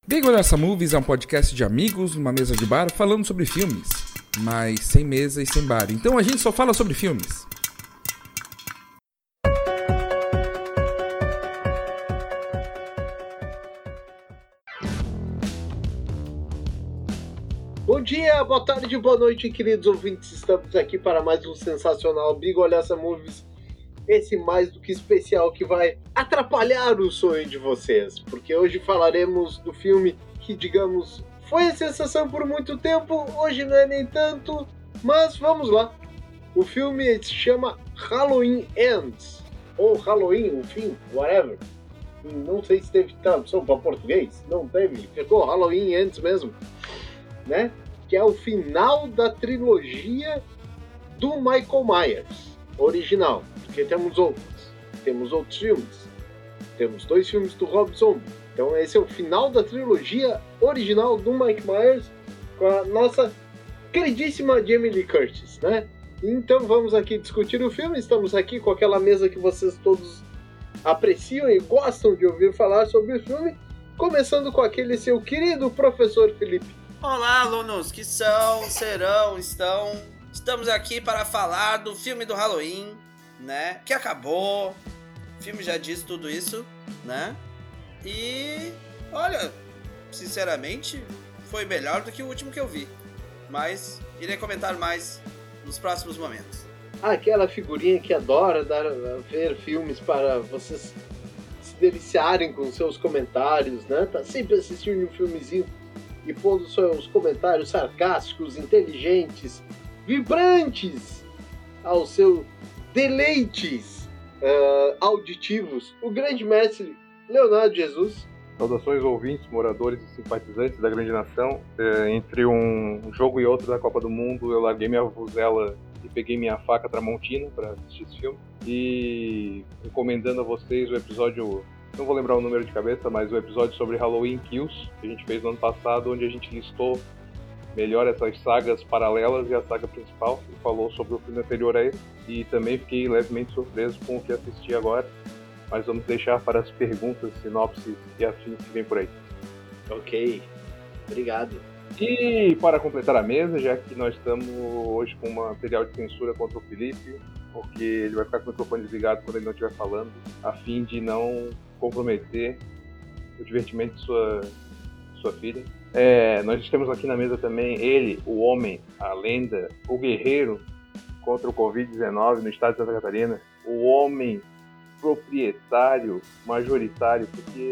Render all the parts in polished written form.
Big Olhaça Movies é um podcast de amigos, numa mesa de bar, falando sobre filmes, mas sem mesa e sem bar. Então a gente só fala sobre filmes. Bom dia, boa tarde, boa noite, queridos ouvintes. Estamos aqui para mais um sensacional Big Olhaça Movies. Esse mais do que especial que vai atrapalhar o sonho de vocês, porque hoje falaremos do filme que, digamos, foi a sensação por muito tempo, hoje não é nem tanto, mas vamos lá. O filme se chama Halloween Ends, ou Halloween, o fim, whatever. Não sei se teve tradução para português, não teve, ficou Halloween Ends mesmo, né? Que é o final da trilogia do Michael Myers original, porque temos outros filmes, temos 2 filmes do Rob Zombie, então esse é o final da trilogia original do Mike Myers com a nossa queridíssima Jamie Lee Curtis, né? Então vamos aqui discutir o filme, estamos aqui com aquela mesa que vocês todos apreciam e gostam de ouvir falar sobre o filme, começando com aquele seu querido professor Felipe. Olá, alunos que são, serão, estão... Estamos aqui para falar do filme do Halloween, né? Que acabou. O filme já diz tudo isso, né? E, olha, sinceramente, foi melhor do que o último que eu vi. Mas irei comentar mais nos próximos momentos. Aquela figurinha que adora ver filmes para vocês se deliciarem com seus comentários, né? Tá sempre assistindo um filmezinho e pondo seus comentários sarcásticos, inteligentes, vibrantes aos seus deleites auditivos. O grande mestre Leonardo Jesus. Saudações ouvintes, moradores e simpatizantes da grande nação. Entre um jogo e outro da Copa do Mundo, eu larguei minha vuvuzela e peguei minha faca tramontina para assistir esse filme. E recomendando a vocês o episódio, não vou lembrar o número de cabeça, mas o episódio sobre Halloween Kills, que a gente fez no ano passado, onde a gente listou melhor essas sagas paralelas e a saga principal, e falou sobre o filme anterior a esse. E também fiquei levemente surpreso com o que assisti agora, mas vamos deixar para as perguntas, sinopses e afins que vem por aí. Ok, obrigado. E para completar a mesa, já que nós estamos hoje com um material de censura contra o Felipe, porque ele vai ficar com o microfone desligado quando ele não estiver falando, a fim de não comprometer o divertimento de sua filha. Nós temos aqui na mesa também ele, o homem, a lenda, o guerreiro contra o Covid-19 no estado de Santa Catarina, o homem proprietário, majoritário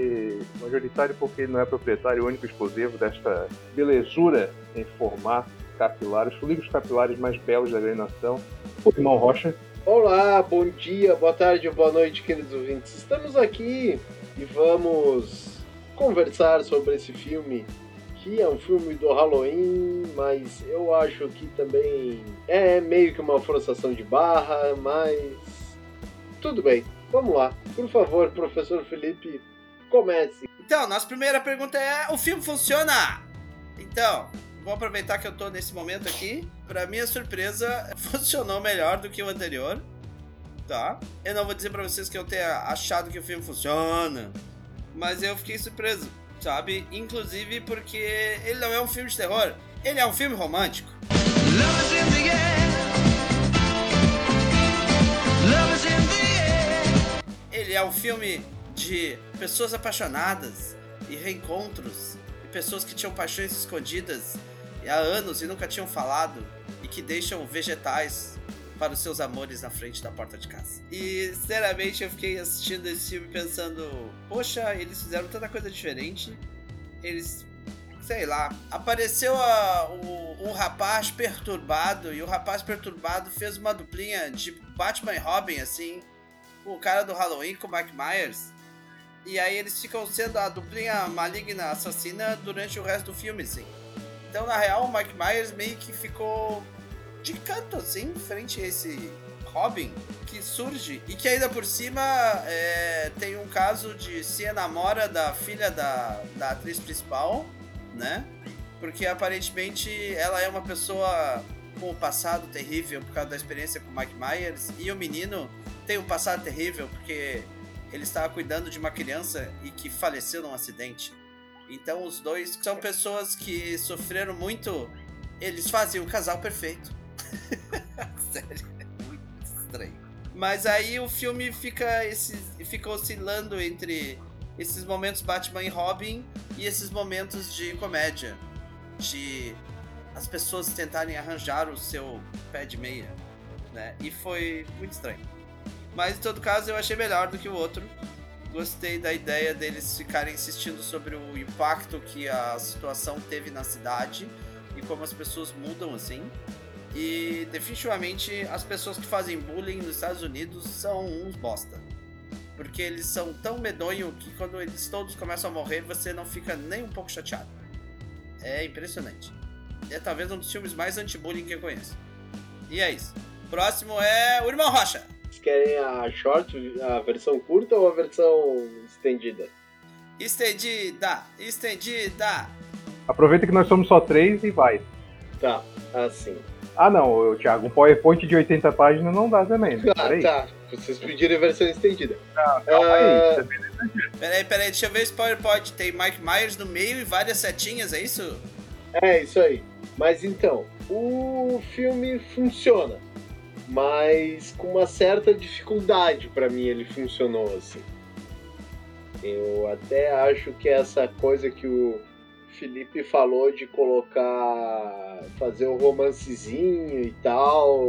porque ele não é proprietário único e exclusivo desta belezura em formato capilar, os fluidos capilares mais belos da grande nação, o irmão Rocha. Olá, bom dia, boa tarde, boa noite, queridos ouvintes. Estamos aqui e vamos conversar sobre esse filme, que é um filme do Halloween, mas eu acho que também é meio que uma forçação de barra, mas tudo bem. Vamos lá. Por favor, professor Felipe, comece. Então, nossa primeira pergunta é: o filme funciona? Então, vou aproveitar que eu tô nesse momento aqui. Pra minha surpresa, funcionou melhor do que o anterior, tá? Eu não vou dizer pra vocês que eu tenha achado que o filme funciona, mas eu fiquei surpreso, sabe? Inclusive porque ele não é um filme de terror, ele é um filme romântico. Love is in the air. Love is in the air. Ele é um filme de pessoas apaixonadas e reencontros, e pessoas que tinham paixões escondidas há anos e nunca tinham falado, e que deixam vegetais para os seus amores na frente da porta de casa. E, sinceramente, eu fiquei assistindo esse filme pensando, poxa, eles fizeram tanta coisa diferente, eles, sei lá, apareceu um rapaz perturbado, e o rapaz perturbado fez uma duplinha de Batman e Robin, assim, o cara do Halloween com o Mike Myers, e aí eles ficam sendo a duplinha maligna assassina durante o resto do filme, assim. Então, na real, o Mike Myers meio que ficou de canto, assim, frente a esse Robin que surge, e que ainda por cima tem um caso de se enamora da filha da atriz principal, né? Porque aparentemente ela é uma pessoa com um passado terrível por causa da experiência com o Mike Myers, e o menino tem um passado terrível porque ele estava cuidando de uma criança e que faleceu num acidente. Então os dois são pessoas que sofreram muito, eles fazem o casal perfeito. Sério, é muito estranho. Mas aí o filme fica oscilando entre esses momentos Batman e Robin e esses momentos de comédia, de as pessoas tentarem arranjar o seu pé de meia, né? E foi muito estranho. Mas em todo caso eu achei melhor do que o outro. Gostei da ideia deles ficarem insistindo sobre o impacto que a situação teve na cidade e como as pessoas mudam assim. E definitivamente as pessoas que fazem bullying nos Estados Unidos são uns bosta. Porque eles são tão medonhos que quando eles todos começam a morrer, você não fica nem um pouco chateado. É impressionante. É talvez um dos filmes mais anti-bullying que eu conheço. E é isso. Próximo é o Irmão Rocha. Vocês querem a short, a versão curta ou a versão estendida? Estendida. Aproveita que nós somos só 3 e vai. Tá, assim. Ah não, Thiago, um PowerPoint de 80 páginas não dá também. Ah, tá. Vocês pediram a versão estendida. Calma aí. Peraí, deixa eu ver esse PowerPoint. Tem Mike Myers no meio e várias setinhas, é isso? É, isso aí. Mas então, o filme funciona, mas com uma certa dificuldade pra mim ele funcionou assim. Eu até acho que essa coisa que o Felipe falou de fazer o romancezinho e tal,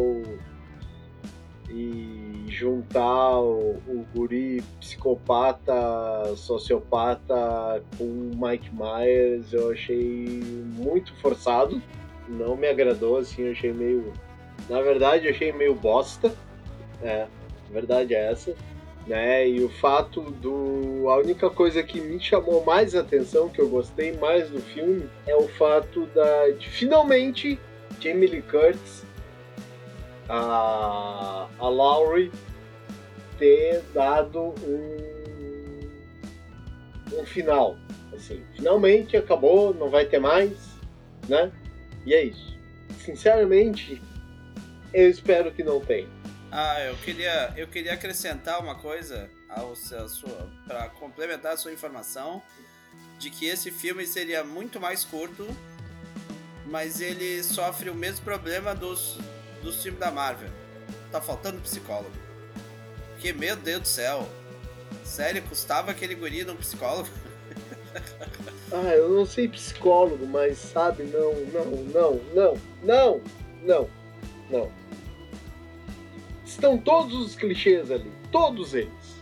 e juntar o guri psicopata, sociopata com o Mike Myers, eu achei muito forçado, não me agradou, assim, eu achei meio... Na verdade, eu achei meio bosta, a verdade é essa, né, e o fato a única coisa que me chamou mais atenção, que eu gostei mais do filme, é o fato de finalmente Jamie Lee Curtis, a Laurie, ter dado um final, assim, finalmente acabou, não vai ter mais, né, e é isso. Sinceramente, eu espero que não tenha. Eu queria acrescentar uma coisa para complementar a sua informação de que esse filme seria muito mais curto, mas ele sofre o mesmo problema dos filmes da Marvel. Tá faltando psicólogo. Porque, meu Deus do céu, sério, custava aquele guri num psicólogo? Eu não sei psicólogo, mas sabe, não. Estão todos os clichês ali. Todos eles.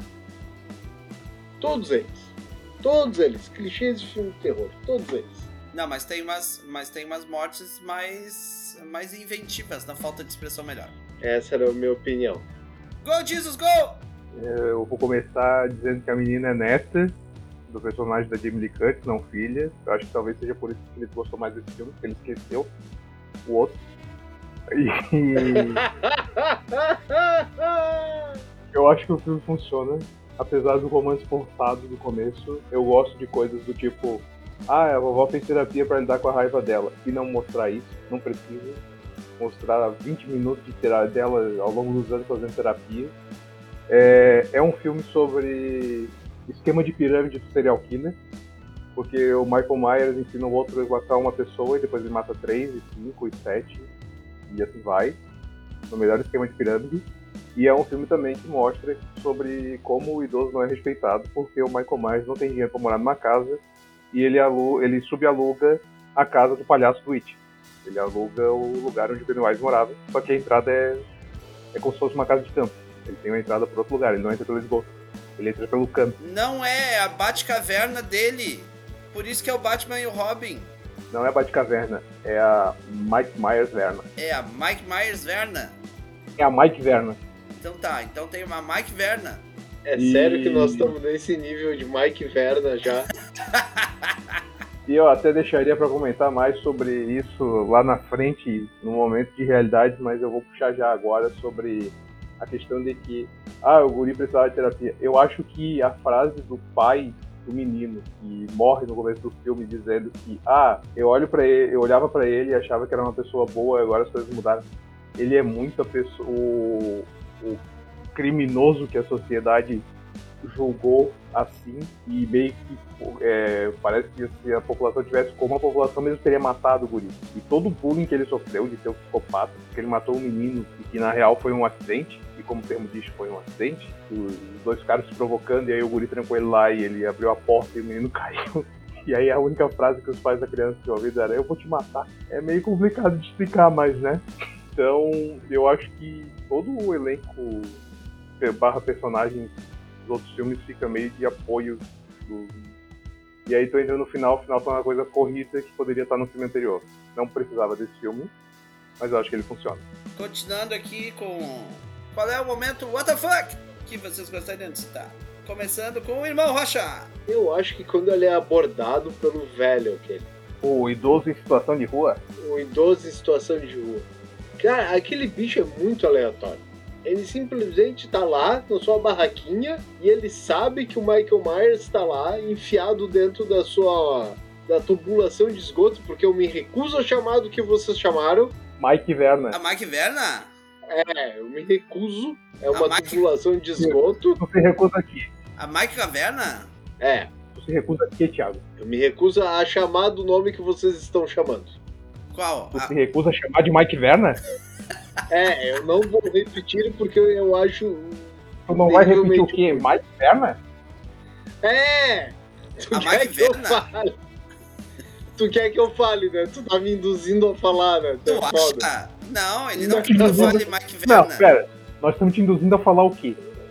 Clichês de filme de terror. Todos eles. Não, mas tem umas mortes mais inventivas, na falta de expressão melhor. Essa era a minha opinião. Go, Jesus, go! Eu vou começar dizendo que a menina é neta do personagem da Jamie Lee Curtis, não filha. Eu acho que talvez seja por isso que ele gostou mais desse filme, porque ele esqueceu o outro. Eu acho que o filme funciona, apesar do romance forçado do começo. Eu gosto de coisas do tipo, a vovó fez terapia pra lidar com a raiva dela, e não mostrar isso, não precisa mostrar 20 minutos de terapia dela ao longo dos anos fazendo terapia. É um filme sobre esquema de pirâmide do serial killer, porque o Michael Myers ensina o outro a matar uma pessoa e depois ele mata 3, 5 e 7 e assim vai, no melhor esquema de pirâmide. E é um filme também que mostra sobre como o idoso não é respeitado, porque o Michael Myers não tem dinheiro para morar numa casa e ele subaluga a casa do palhaço do It. Ele aluga o lugar onde o Pennywise morava, só que a entrada é como se fosse uma casa de campo. Ele tem uma entrada por outro lugar, ele não entra pelo esgoto, ele entra pelo canto. Não é a Batcaverna dele, por isso que é o Batman e o Robin. Não é a Batcaverna, é a Mike Myers Verna. É a Mike Myers Verna? É a Mike Verna. Então tá, então tem uma Mike Verna. Sério que nós estamos nesse nível de Mike Verna já? E eu até deixaria para comentar mais sobre isso lá na frente, no momento de realidade, mas eu vou puxar já agora sobre a questão de que o guri precisava de terapia. Eu acho que a frase do pai do menino que morre no começo do filme dizendo que eu olhava para ele e achava que era uma pessoa boa, agora as coisas mudaram. Ele é muito a pessoa, o criminoso que a sociedade julgou assim e meio que parece que se a população tivesse como a população mesmo teria matado o guri. E todo o bullying que ele sofreu de ser um psicopata, porque ele matou um menino e que na real foi um acidente, e como o termo diz, foi um acidente, os dois caras se provocando, e aí o guri trancou ele lá e ele abriu a porta e o menino caiu. E aí a única frase que os pais da criança tinham ouvido era: eu vou te matar. É meio complicado de explicar, mas né? Então eu acho que todo o elenco barra personagens dos outros filmes fica meio de apoio e aí tu entra no final, o final foi uma coisa corrida que poderia estar no filme anterior. Não precisava desse filme, mas eu acho que ele funciona. Continuando aqui com qual é o momento what the fuck que vocês gostariam de citar? Começando com o Irmão Rocha. Eu acho que quando ele é abordado pelo velho aquele. O idoso em situação de rua? O idoso em situação de rua. Cara, aquele bicho é muito aleatório. Ele simplesmente tá lá na sua barraquinha e ele sabe que o Michael Myers tá lá enfiado dentro da tubulação de esgoto, porque eu me recuso a chamar do que vocês chamaram. Mike Verna. A Mike Verna? Eu me recuso. É uma tubulação de esgoto. Você recusa aqui. A Mike Caverna? Você recusa aqui, Thiago. Eu me recuso a chamar do nome que vocês estão chamando. Qual? Você recusa a chamar de Mike Verna? Eu não vou repetir porque eu acho... Tu não vai repetir o quê? Mike Verna? Tu a quer Mike que eu Verna? fale? Tu quer que eu fale, né? Tu tá me induzindo a falar, né? Tu foda. acha? Não, ele não quer que eu fale Mike Verna. Não, pera. Nós estamos te induzindo a falar o quê?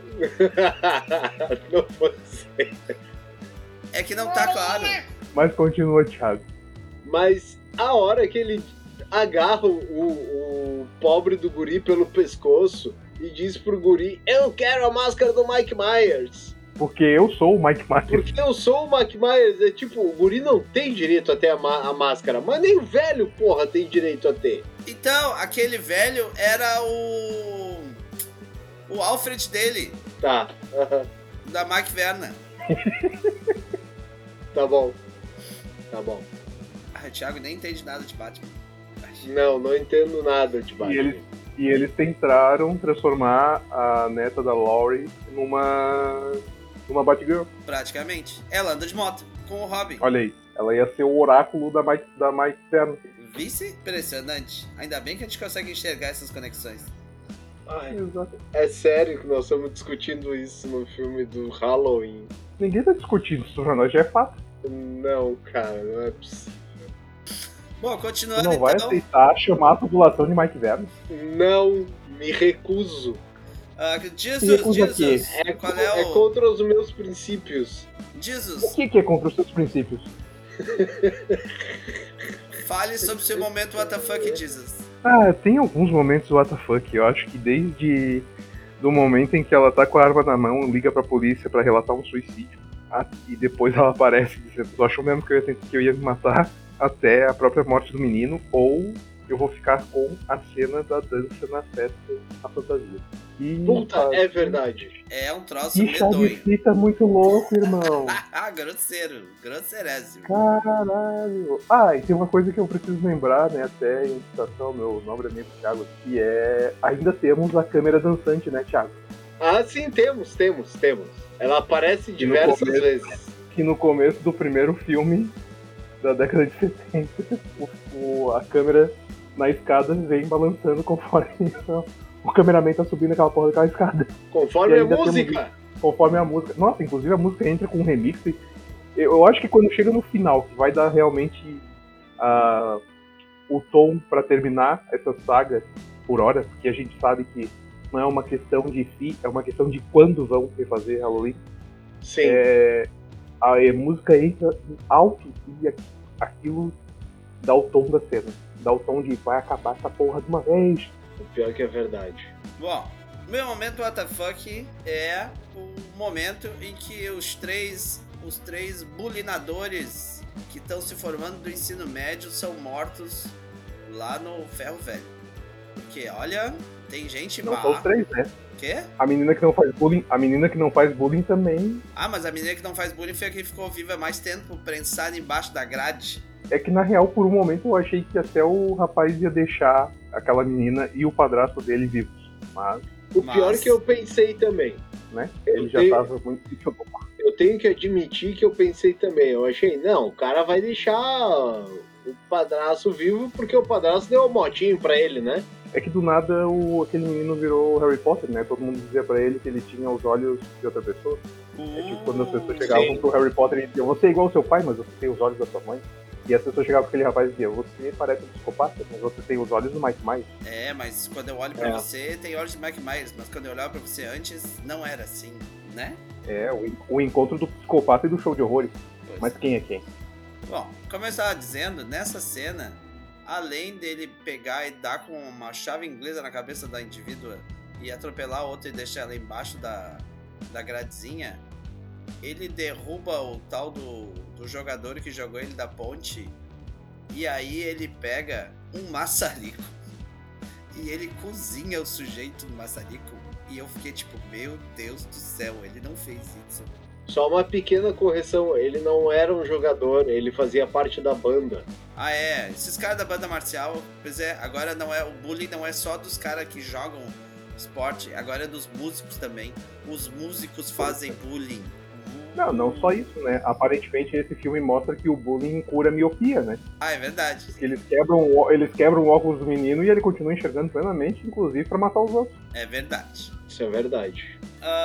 Não pode ser. É que não tá claro. Mas continua, Thiago. Mas a hora que ele agarra o pobre do guri pelo pescoço e diz pro guri: eu quero a máscara do Mike Myers. Porque eu sou o Mike Myers. Porque eu sou o Mike Myers. É tipo, o guri não tem direito a ter a máscara, mas nem o velho, porra, tem direito a ter. Então, aquele velho era o Alfred dele. Tá. Da Mike Verna. Tá bom. O Thiago nem entende nada de Batman. Não entendo nada de Batman. E eles tentaram transformar a neta da Laurie numa Batgirl. Praticamente. Ela anda de moto com o Robin. Olha aí, ela ia ser o oráculo da Mike Verna. Vice? Impressionante. Ainda bem que a gente consegue enxergar essas conexões. Exato. É sério que nós estamos discutindo isso no filme do Halloween? Ninguém tá discutindo isso pra nós, já é fato. Não, cara, não é possível. Bom, Tu continuando não vai então. aceitar chamar a tubulação de Mike Verna? Não, me recuso. Jesus. Qual É contra os meus princípios. Jesus, O que é contra os seus princípios? fale sobre o seu momento WTF, Jesus. Tem alguns momentos WTF. Eu acho que desde do momento em que ela tá com a arma na mão, liga pra polícia pra relatar um suicídio, e depois ela aparece dizendo: tu achou mesmo que eu ia me matar, até a própria morte do menino, ou eu vou ficar com a cena da dança na festa, a fantasia. Puta, é verdade. É um troço Que chá de medonho. fita muito louco, irmão. Grosseirésimo. Caralho. E tem uma coisa que eu preciso lembrar, né, até em citação ao meu nobre amigo Thiago, que ainda temos a câmera dançante, né, Thiago? Sim, temos. Ela aparece diversas vezes. Que no começo do primeiro filme da década de 70, a câmera na escada vem balançando conforme o cameraman tá subindo aquela porra daquela escada. Conforme a música. Conforme a música. Nossa, inclusive a música entra com um remix. Eu acho que quando chega no final, que vai dar realmente o tom pra terminar essa saga por hora, porque a gente sabe que não é uma questão de si, é uma questão de quando vão refazer Halloween. Sim. A música entra alto e aquilo dá o tom da cena. Dá o tom de vai acabar essa porra de uma vez. O pior que é verdade. Bom, meu momento WTF é o momento em que os três bulinadores que estão se formando do ensino médio são mortos lá no Ferro Velho. Porque, olha, tem gente má. Não são os três, né? Quê? A menina que não faz bullying também. Mas a menina que não faz bullying foi a que ficou viva mais tempo, prensada embaixo da grade. É que na real, por um momento, eu achei que até o rapaz ia deixar aquela menina e o padrasto dele vivos. Mas O pior é que eu pensei também. Né? Ele já tava muito psicopata. Eu tenho que admitir que eu pensei também. Eu achei, não, o cara vai deixar o padrasto vivo porque o padrasto deu um motinho pra ele, né? É que do nada aquele menino virou Harry Potter, né? Todo mundo dizia pra ele que ele tinha os olhos de outra pessoa. É tipo quando as pessoas chegavam pro Harry Potter e diziam, você é igual ao seu pai, mas você tem os olhos da sua mãe. E as pessoas chegavam com aquele rapaz e diziam, você parece um psicopata, mas você tem os olhos do Mike Myers. É, mas quando eu olho pra você, tem olhos de Mike Myers, mas quando eu olhava pra você antes, não era assim, né? É, o encontro do psicopata e do show de horrores. Pois. Mas quem é quem? Bom, como eu estava dizendo, nessa cena, além dele pegar e dar com uma chave inglesa na cabeça da indivídua e atropelar a outra e deixar ela embaixo da gradezinha, ele derruba o tal do jogador que jogou ele da ponte, e aí ele pega um maçarico e ele cozinha o sujeito no maçarico, e eu fiquei tipo, meu Deus do céu, ele não fez isso. Só uma pequena correção, ele não era um jogador, ele fazia parte da banda. Ah, é, esses caras da banda marcial, pois é, agora não é, o bullying não é só dos caras que jogam esporte, agora é dos músicos também. Os músicos fazem bullying. Não só isso, né? Aparentemente esse filme mostra que o bullying cura a miopia, né? Ah, é verdade. Porque eles quebram o óculos do menino e ele continua enxergando plenamente, inclusive pra matar os outros. É verdade. Isso é verdade.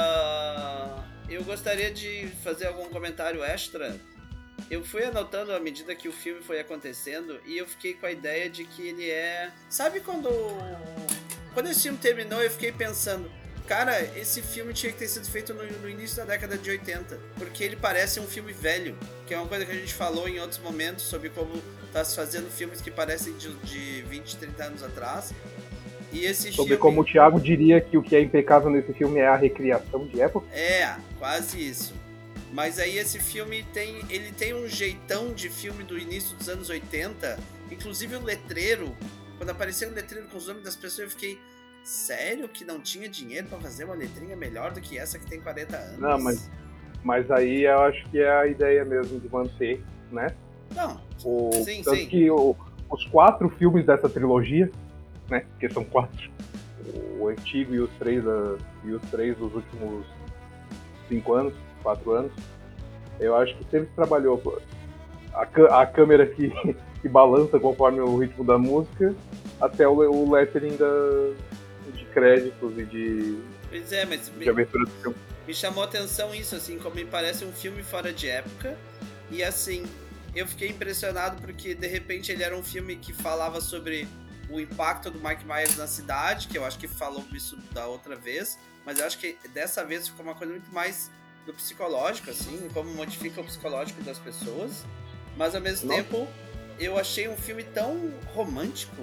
Eu gostaria de fazer algum comentário extra. Eu fui anotando à medida que o filme foi acontecendo e eu fiquei com a ideia de que ele é... Sabe quando esse filme terminou, eu fiquei pensando... Cara, esse filme tinha que ter sido feito no início da década de 80, porque ele parece um filme velho, que é uma coisa que a gente falou em outros momentos sobre como tá se fazendo filmes que parecem de 20, 30 anos atrás. E esse sobre como o Thiago diria que o que é impecável nesse filme é a recriação de época. É, quase isso. Mas aí esse filme tem um jeitão de filme do início dos anos 80, inclusive o letreiro, quando apareceu um letreiro com os nomes das pessoas, eu fiquei... Sério que não tinha dinheiro pra fazer uma letrinha melhor do que essa que tem 40 anos? Não, mas aí eu acho que é a ideia mesmo de manter, né? Não, sim. Que os 4 filmes dessa trilogia, né? Porque são 4. O antigo e os 3 dos últimos 5 anos, 4 anos. Eu acho que sempre trabalhou a câmera que balança conforme o ritmo da música, até o lettering de créditos e de... Pois é, mas de abertura do filme. Me chamou a atenção isso, assim, como me parece um filme fora de época. E assim, eu fiquei impressionado porque de repente ele era um filme que falava sobre o impacto do Mike Myers na cidade, que eu acho que falou isso da outra vez, mas eu acho que dessa vez ficou uma coisa muito mais do psicológico, assim, como modifica o psicológico das pessoas. Mas ao mesmo tempo, eu achei um filme tão romântico.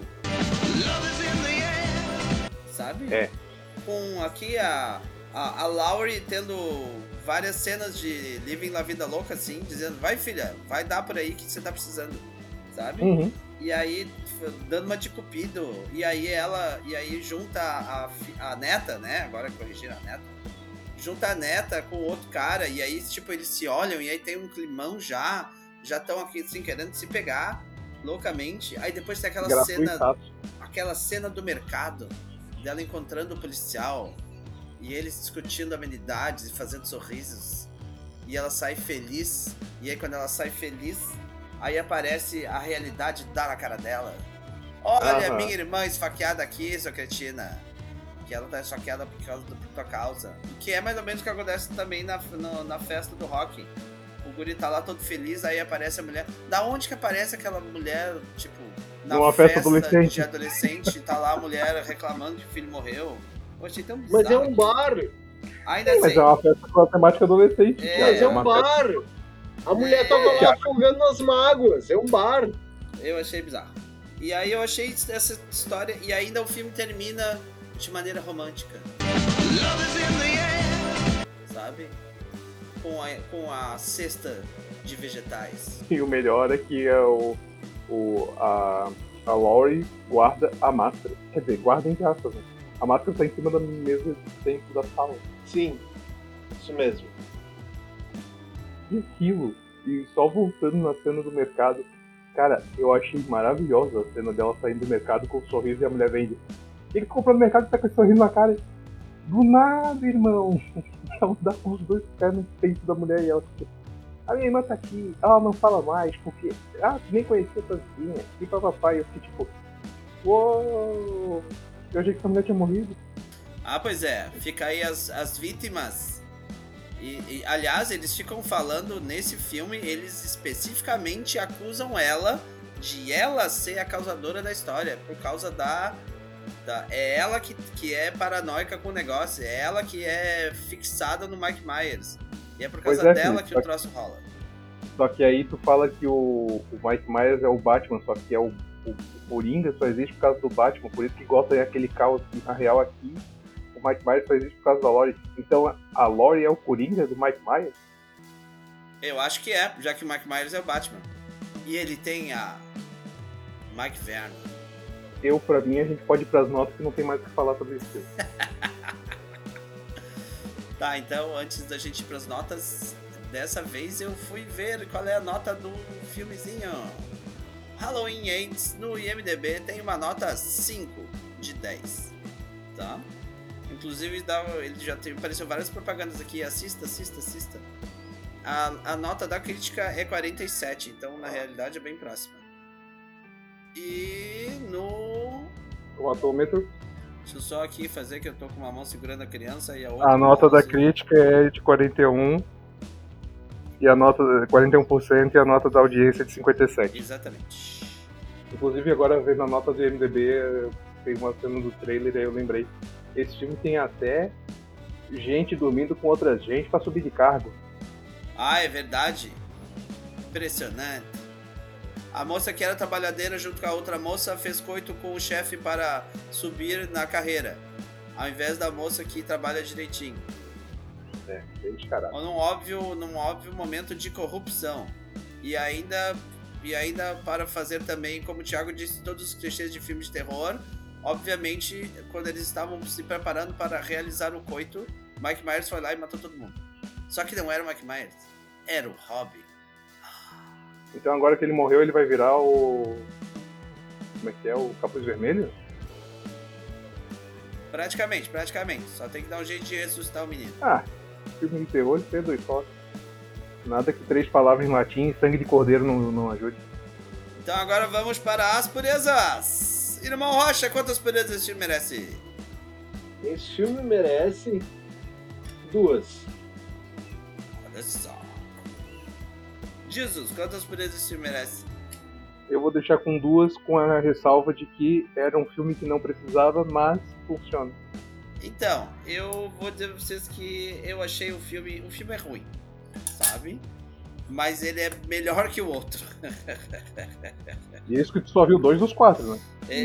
Sabe? É. Com aqui a Laurie tendo várias cenas de Living La Vida Louca, assim, dizendo, vai filha, vai dar por aí que você tá precisando, sabe? Uhum. E aí, dando uma de cupido, e aí junta a neta, né? Agora corrigir a neta. Junta a neta com outro cara, e aí, tipo, eles se olham, e aí tem um climão já estão aqui, assim, querendo se pegar loucamente. Aí depois tem aquela cena do mercado, dela encontrando o policial e eles discutindo amenidades e fazendo sorrisos, e ela sai feliz, e aí quando ela sai feliz, aí aparece a realidade dá na cara dela. Olha, minha irmã esfaqueada aqui, sua cretina, que ela tá esfaqueada por causa da tua causa, que é mais ou menos o que acontece também na festa do rock. O guri tá lá todo feliz, aí aparece a mulher. Da onde que aparece aquela mulher, tipo, na festa de adolescente, tá lá a mulher reclamando que o filho morreu? Eu achei tão bizarro. Mas é um bar! Ainda mas é uma festa com a temática adolescente. Mas é um bar! A mulher tava lá afogando as mágoas, é um bar! Eu achei bizarro. E aí eu achei essa história, e ainda o filme termina de maneira romântica. Sabe? Com a cesta de vegetais. E o melhor é que a Laurie guarda a máscara. Quer dizer, guarda entre aspas, né? A máscara tá em cima da mesa de centro da sala. Sim, isso mesmo. E aquilo, e só voltando na cena do mercado, cara, eu achei maravilhosa a cena dela saindo do mercado com um sorriso e a mulher vende. Ele comprou no mercado e tá com esse sorriso na cara. Do nada, irmão. Ela dá com os dois pés no peito da mulher e ela fica... A minha irmã tá aqui, ela não fala mais, porque... Ah, tu nem conhecia essa vizinha. E papai, eu fiquei tipo... Uou! Eu achei que essa mulher tinha morrido. Ah, pois é. Fica aí as vítimas. Aliás, eles ficam falando nesse filme, eles especificamente acusam ela de ela ser a causadora da história. Por causa é ela que é paranoica com o negócio. É ela que é fixada no Mike Myers. E é por causa dela que o troço rola. Só que aí tu fala que o Mike Myers é o Batman, só que é o Coringa só existe por causa do Batman, por isso que gosta daquele caos que na real aqui o Mike Myers só existe por causa da Laurie. Então a Laurie é o Coringa do Mike Myers? Eu acho que é, já que o Mike Myers é o Batman. E ele tem a Mike Verna. Pra mim, a gente pode ir pras notas que não tem mais o que falar sobre esse filme. Tá, então antes da gente ir pras notas, dessa vez eu fui ver qual é a nota do filmezinho. Halloween Ends no IMDb tem uma nota 5 de 10, tá? Inclusive ele já apareceu várias propagandas aqui, assista. A nota da crítica é 47, então na realidade é bem próxima. E o atômetro? Deixa eu só aqui fazer que eu tô com uma mão segurando a criança e a outra... A nota da crítica é de 41 e a nota 41% e a nota da audiência é de 57. Exatamente. Inclusive agora vendo a nota do IMDb, tem uma cena do trailer e aí eu lembrei. Esse filme tem até gente dormindo com outra gente pra subir de cargo. Ah, é verdade? Impressionante. A moça que era trabalhadeira junto com a outra moça fez coito com o chefe para subir na carreira, ao invés da moça que trabalha direitinho. É, bem descarado. Num óbvio momento de corrupção. E ainda para fazer também, como o Thiago disse, todos os clichês de filmes de terror. Obviamente, quando eles estavam se preparando para realizar o coito, Mike Myers foi lá e matou todo mundo. Só que não era o Mike Myers, era o Robin. Então agora que ele morreu, ele vai virar o... Como é que é? O Capuz Vermelho? Praticamente. Só tem que dar um jeito de ressuscitar o menino. Ah, filme de terror, Pedro e só. Nada que 3 palavras em latim e sangue de cordeiro não ajude. Então agora vamos para as purezas. Irmão Rocha, quantas purezas esse filme merece? Esse filme merece 2. Olha só. Jesus, quantas purezas esse filme merece? Eu vou deixar com 2, com a ressalva de que era um filme que não precisava, mas funciona. Então, eu vou dizer pra vocês que eu achei o filme é ruim, sabe? Mas ele é melhor que o outro. E isso que tu só viu 2 dos 4, né?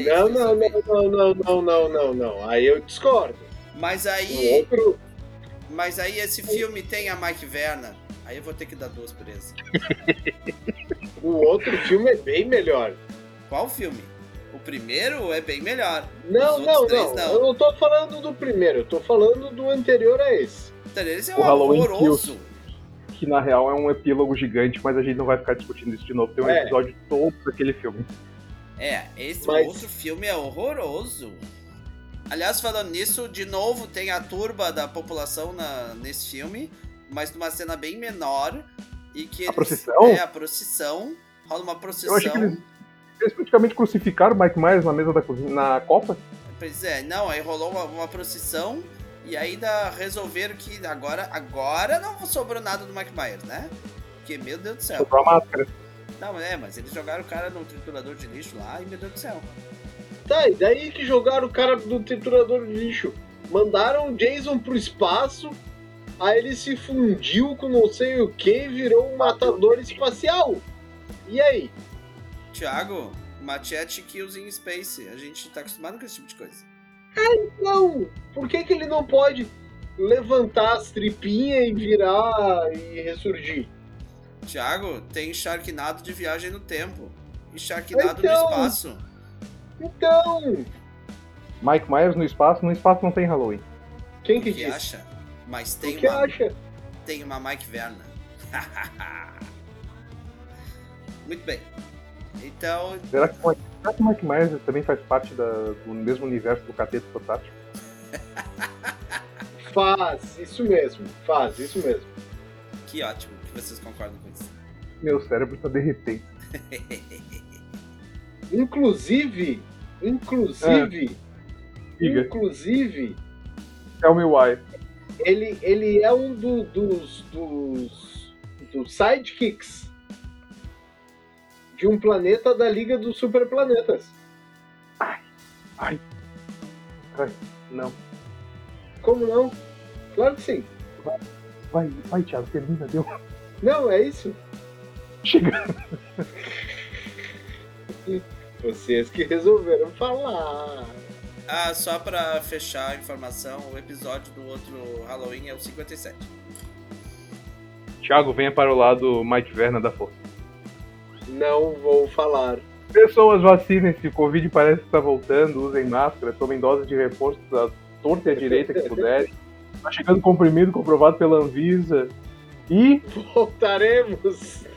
Não. Aí eu discordo. Mas aí esse filme tem a Mike Verna. Aí eu vou ter que dar 2 purezas. O outro filme é bem melhor. Qual filme? O primeiro é bem melhor. Não. Eu não tô falando do primeiro, eu tô falando do anterior a esse. Esse é o Halloween horroroso. Que na real é um epílogo gigante, mas a gente não vai ficar discutindo isso de novo. Tem um episódio todo daquele filme. Outro filme é horroroso. Aliás, falando nisso, de novo tem a turba da população nesse filme, mas numa cena bem menor. E que a procissão? A procissão. Rola uma procissão. Eu achei que eles praticamente crucificaram o Mike Myers na mesa na Copa. Pois é, não, aí rolou uma procissão e ainda resolveram que agora não sobrou nada do Mike Myers, né? Porque, meu Deus do céu. Sobrou a máscara. Não, mas eles jogaram o cara no triturador de lixo lá e, meu Deus do céu. Tá, e daí que jogaram o cara no triturador de lixo? Mandaram o Jason pro espaço, aí ele se fundiu com não sei o que e virou um matador espacial. E aí? Thiago, Machete Kills in Space. A gente tá acostumado com esse tipo de coisa. Não! Por que ele não pode levantar as tripinhas e virar e ressurgir? Thiago, tem Sharknado de viagem no tempo. E Sharknado no espaço. Então! Mike Myers no espaço não tem Halloween. Quem que disse? Acha? Mas tem tem uma Mike Verna. Muito bem. Então... Será que o Mike Myers também faz parte do mesmo universo do Cateto Fantástico? Faz, isso mesmo. Que ótimo que vocês concordam com isso. Meu cérebro tá derretendo. Inclusive, Diga. Tell me why. Ele é um dos sidekicks de um planeta da Liga dos Superplanetas. Ai, não. Como não? Claro que sim. Vai, Thiago, termina, deu. Não, é isso. Chega. Vocês que resolveram falar. Ah, só pra fechar a informação, o episódio do outro Halloween é o 57. Thiago, venha para o lado Mike Verna da força. Não vou falar. Pessoas, vacinem-se, o Covid parece estar voltando, usem máscara, tomem doses de reforço da torta e à direita que puderem. Tá chegando comprimido comprovado pela Anvisa. E Voltaremos.